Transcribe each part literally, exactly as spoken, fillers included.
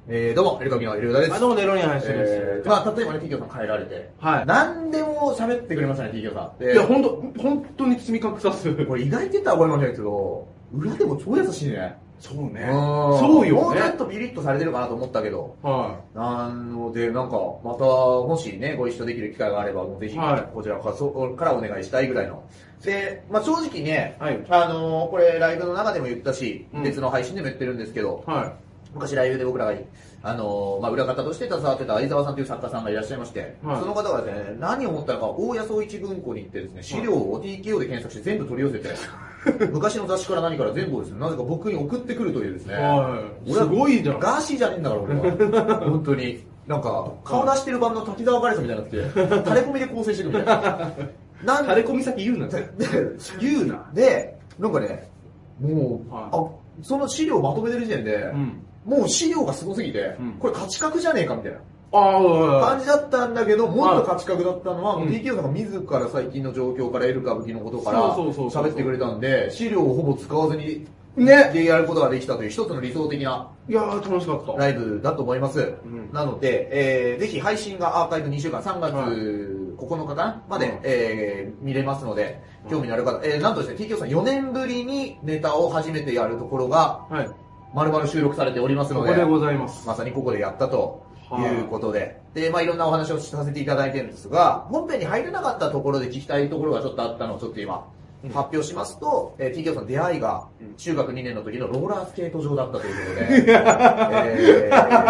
えー、どうも、エルカビのエルダです。 あ、どうも、ネロニア林です。 えー、まあ、例えばね、ティーキョーさん帰られて。 はい。 何でも喋ってくれましたね、ティーキョーさん。 いや、ほんと、ほんとに包み隠さず。 これ意外って言ったら覚えませんけど、裏でも超優しいね。 そうね。 そうよね。もうちょっね。 とピリッとされてるかなと思ったけど。 はなので、なんか、また、もしね、ご一緒できる機会があれば、もうぜひ、 はいこちらからそからお願いしたいぐらいの。で、まあ正直ね、 はいあのー、これライブの中でも言ったし、 うん別の配信でも言ってるんですけど、 は昔ライブで僕らが、あのー、まあ、裏方として携わってた相沢さんという作家さんがいらっしゃいまして、 はいその方がですね、何を思ったのか、大谷総一文庫に行ってですね、資料を ティーケーオー で検索して全部取り寄せて、昔の雑誌から何から全部をですね、なぜか僕に送ってくるというですね、 はい俺はすごいじゃんガーシーじゃねえんだから、俺は。本当に。なんか、顔出してる版の滝沢カレさんみたいになってて、垂れ込みで構成してるみたいな。なんい。垂れ込み先言うなって。言うな。 で、なんかね、もう、 はいあ、その資料をまとめてる時点で、 うん。 もう資料がすごすぎて、 うんこれ価値格じゃねえかみたいなああ、 感じだったんだけど、もっと価値格だったのは、 うんティーケーオー さんが自ら最近の状況から L 歌舞伎のことからそうそうそうそう喋ってくれたんで、資料をほぼ使わずに、 ねでやることができたという一つの理想的ないやー、楽しかった。 ライブだと思います。 んなので、えー、ぜひ配信がアーカイブにしゅうかん、さんがはいつここのかかなまで、 うんえー、見れますので、興味のある方、えー、なんとですね、ティーケーオー さんよねんぶりにネタを初めてやるところが、 はい。 丸々収録されておりますので、 ここでございます。 まさにここでやったということで、で、まあいろんなお話をさせていただいてるんですが、本編に入れなかったところで聞きたいところがちょっとあったのをちょっと今、 うん発表しますと、えー、ティーケーオー さんの出会いが中学にねんの時のローラースケート場だったということで、え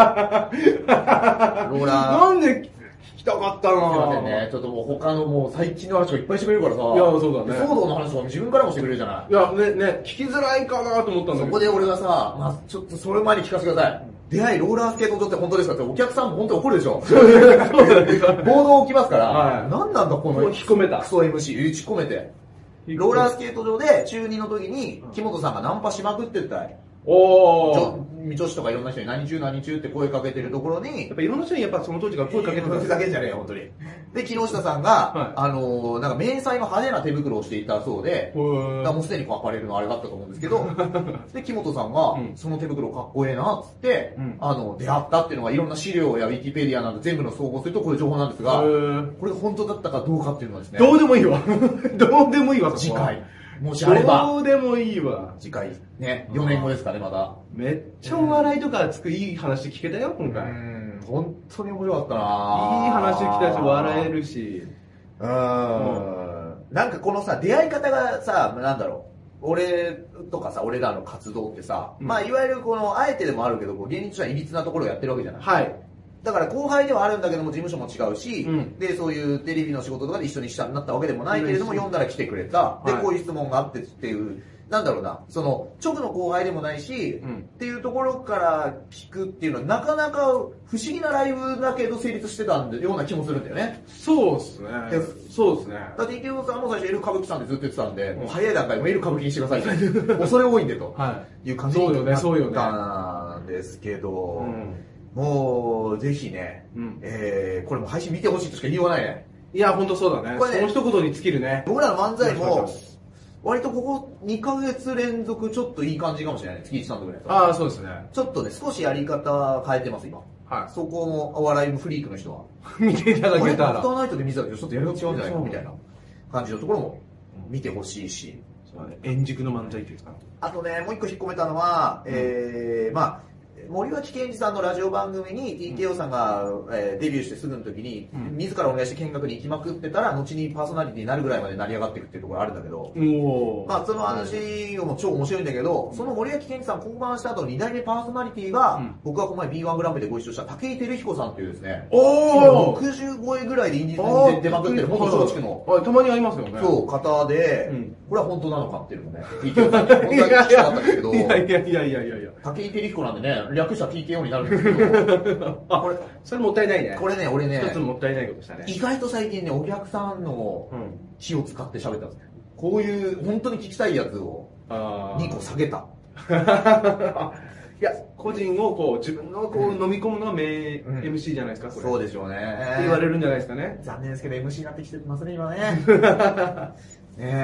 ー、ローラー、 なんで聞きたかったすいなませんね、ちょっともう他のもう最近の話をいっぱいしてくれるからさ、 いやそうだね騒動の話とか自分からもしてくれるじゃない。 いや、ね、ね、聞きづらいかなと思ったんだけど。 そこで俺がさ、まあちょっとそれ前に聞かせてください。出会い、ローラースケート場って本当ですかってお客さんも本当に怒るでしょ。暴動起きますから、 はい何なんだこの引き込めたクソ エムシー、打ち込めて。ローラースケート場で中にの時に木本さんがナンパしまくってたい。 おー。 女女子とかいろんな人に何中何中って声かけてるところにやっ、ぱいろんな人にやっぱその当時から声かけてたふざけんじゃねえよ、本当に。で、木下さんが、 はいあのー、なんか迷彩の派手な手袋をしていたそうで、だからもうすでにこうアパレルのあれだったと思うんですけど、で、木本さんが、 うんその手袋かっこええな、っつって、 うんあの、出会ったっていうのがいろんな資料やウィキペディアなど全部の総合するとこういう情報なんですが、 へーこれが本当だったかどうかっていうのはですね、 どうでもいいわ。どうでもいいわ、そ次こは回、もしあれば、 どうでもいいわ。 次回、ね、よねんごですかね、また。 めっちゃお笑いとかつくいい話聞けたよ、今う回。いいん、本当に面白かったな話聞きたいし、笑えるし。 うーん。なんかこのさ、出会い方がさ、なんだろう。俺とかさ、俺らの活動ってさ、 うんまあいわゆるこの、あえてでもあるけど、こう芸人としてはいびつなところをやってるわけじゃない。 はい。 だから後輩ではあるんだけども、事務所も違うし、 うんで、そういうテレビの仕事とかで一緒にしたなったわけでもないけれども、 うん読んだら来てくれた。で、 はいこういう質問があってっていう、なんだろうな、その、直の後輩でもないし、 うんっていうところから聞くっていうのは、なかなか不思議なライブだけど成立してたんでような気もするんだよね。 そうっすねで。 そうっすね。 だって池尾さんも最初エル歌舞伎さんってずっと言ってたんで、 んもう早い段階でもエル歌舞伎にしてくださいと。恐れ多いんでとはいう感じにそうよねなっそうよねたんですけど、 うんもうぜひね、 うんえー、これも配信見てほしいとしか言いようがないね。 い。いや、ほんとそうだね。 これねその一言に尽きるね。 僕らの漫才もお願いしま、 割とここにかげつ連続ちょっといい感じかもしれない。月いちさんとぐらい。 ああ、そうですね。 ちょっとね、少しやり方変えてます、今。 はそこもお笑いのフリークの人は。 い。見ていただこれけたら。 アフターナイトで見てたけど、ちょっとやり方違うんじゃないかそうみたいな感じのところも見てほしいし。 そうだね。円熟の漫才っていうか。 あとね、もう一個引っ込めたのは、 うんえー、まあ、森脇健児さんのラジオ番組に ティーケーオー さんが、えーデビューしてすぐの時に、 うん自らお願いして見学に行きまくってたら、後にパーソナリティになるぐらいまで成り上がっていくっていうところあるんだけど、 おー。 まあ、その話も超面白いんだけど、その森脇健児さん降板した後のに代目パーソナリティが、 うん僕がこの前 ビーワン グランプリでご一緒した武井照彦さんっていうですね、 おーろくじゅう超えぐらいでインディーズに出まくってる元松竹の、 はい、たまにありますよね。 そう、方で、 うんこれは本当なのかっていうのもね、ティーケーオー さんに本当は聞きたかったんですけど、 いやいやいやいやいやいや。 武井照彦なんでね、略した ティーケーオー になるんですけど、 あ、 これ、 それもったいないね。 これね、俺ね一つ、もったいないことしたね。 意外と最近ね、お客さんのうん。 気を使って喋ったんですね。こういう、本当に聞きたいやつをあにこ下げた。 いや、個人をこう、自分のこう、飲み込むのは名うんエムシー じゃないですか、これ。 そうでしょうね。 って言われるんじゃないですかね。 残念ですけど エムシー になってきてますね、今ね。ねえ。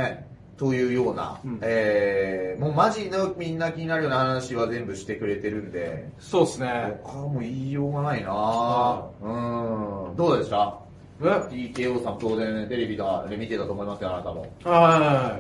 というような、 うん、 えー、もうマジのみんな気になるような話は全部してくれてるんで、 そうですね。 他はもう言いようがないなぁ。うん。どうでした？ えティーケーオー さん当然テレビで見てたと思いますよ、あなたも。 はい。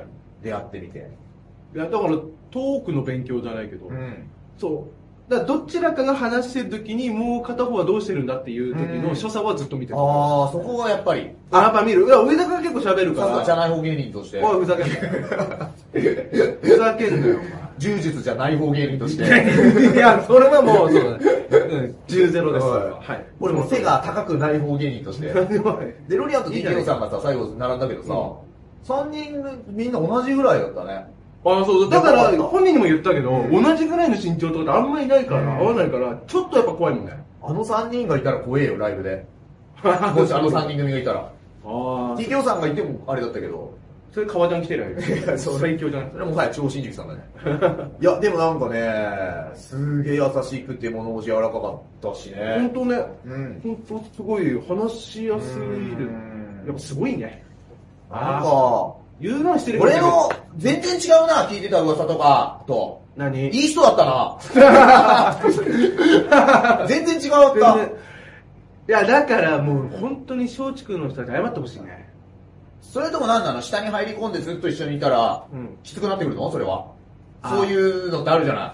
出会ってみて。 いや、だからトークの勉強じゃないけど、 うん。 そう。だからどちらかが話してるときにもう片方はどうしてるんだっていう時の所作はずっと見てる。 ああ、そこがやっぱり。 あ、やっぱ見る。いや、上田が結構喋るから。 さすがじゃない方芸人として。 おい、ふざけんなよ。ふざけんなよ、お前。 柔術じゃない方芸人として。 いや、それはもう、そうだね。じゅうゼロです。はい。 俺も背が高くない方芸人として。で、ロリアンと ティーケーオー さんがさ、最後並んだけどさ、さんにんみんな同じぐらいだったね。 ああ、そうだ。だから、本人にも言ったけど、同じぐらいの身長とかってあんまりいないから、合わないから、ちょっとやっぱ怖いもんね。 あのさんにんがいたら怖えよ、ライブで。もしあのさんにん組がいたら。ああ。ティーケーオー さんがいてもあれだったけど。 それ革ジャン来てるやん。最強じゃない。 それもはや超新宿さんだね。いや、でもなんかね、すげえ優しくて物腰柔らかかったしね。 ほんとね。 うん。 ほんとすごい話しやすいる。やっぱすごいね。 なんか、 言うなしてる俺の、全然違うな、聞いてた噂とかと。 何？ いい人だったな。全然違うった。いや、だからもう本当に松竹の人たち謝ってほしいね。 それとも何なの？下に入り込んでずっと一緒にいたら、うん、きつくなってくるの？それは。そういうのってあるじゃない。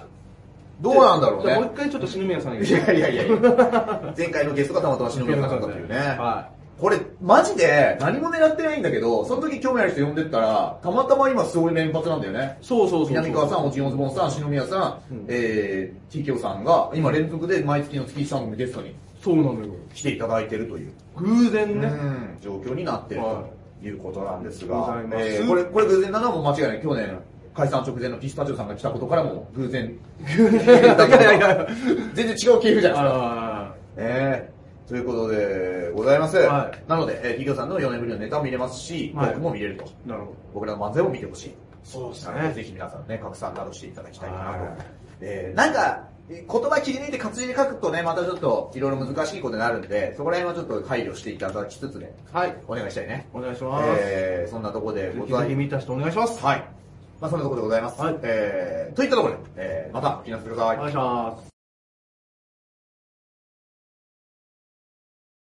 どうなんだろうね。 もう一回ちょっと篠宮さんに。 いやいやいやいや。前回のゲストがたまたま篠宮さんだったっていうね。はい。これ、マジで何も狙ってないんだけど、その時興味ある人呼んでったら、たまたま今そういう連発なんだよね。 そうそうそうそう。 南川さん、オチンオズボンさん、篠宮さん、うん、えー、ティーケーオー さんが、今連続で毎月の月いち、さん組ゲストに。 そうなのよ。 来ていただいてるという。 偶然ね。 うん、状況になってるということなんですが、 はい、 えー、これ、これ偶然なのはもう間違いない。去年、解散直前のピスタチオさんが来たことからも偶然。偶然。いやいや全然違う系譜じゃないですか。えーということでございます。はい、なので、えー、ティーケーオー さんのよねんぶりのネタも見れますし、トークも見れると。なるほど。僕らの漫才も見てほしい。 そうですね。 ぜひ皆さんね、拡散などしていただきたいかなと。えー、なんか、言葉切り抜いて活字で書くとね、またちょっといろいろ難しいことになるんで、そこら辺はちょっと配慮していただきつつね。はい。お願いしたいね。 お願いします。 えー、そんなところでございます。 ぜひ見た人お願いします。 はい。まあそんなところでございます。はい。えー、といったところで、えー、またお聞きなさってください。 お願いします。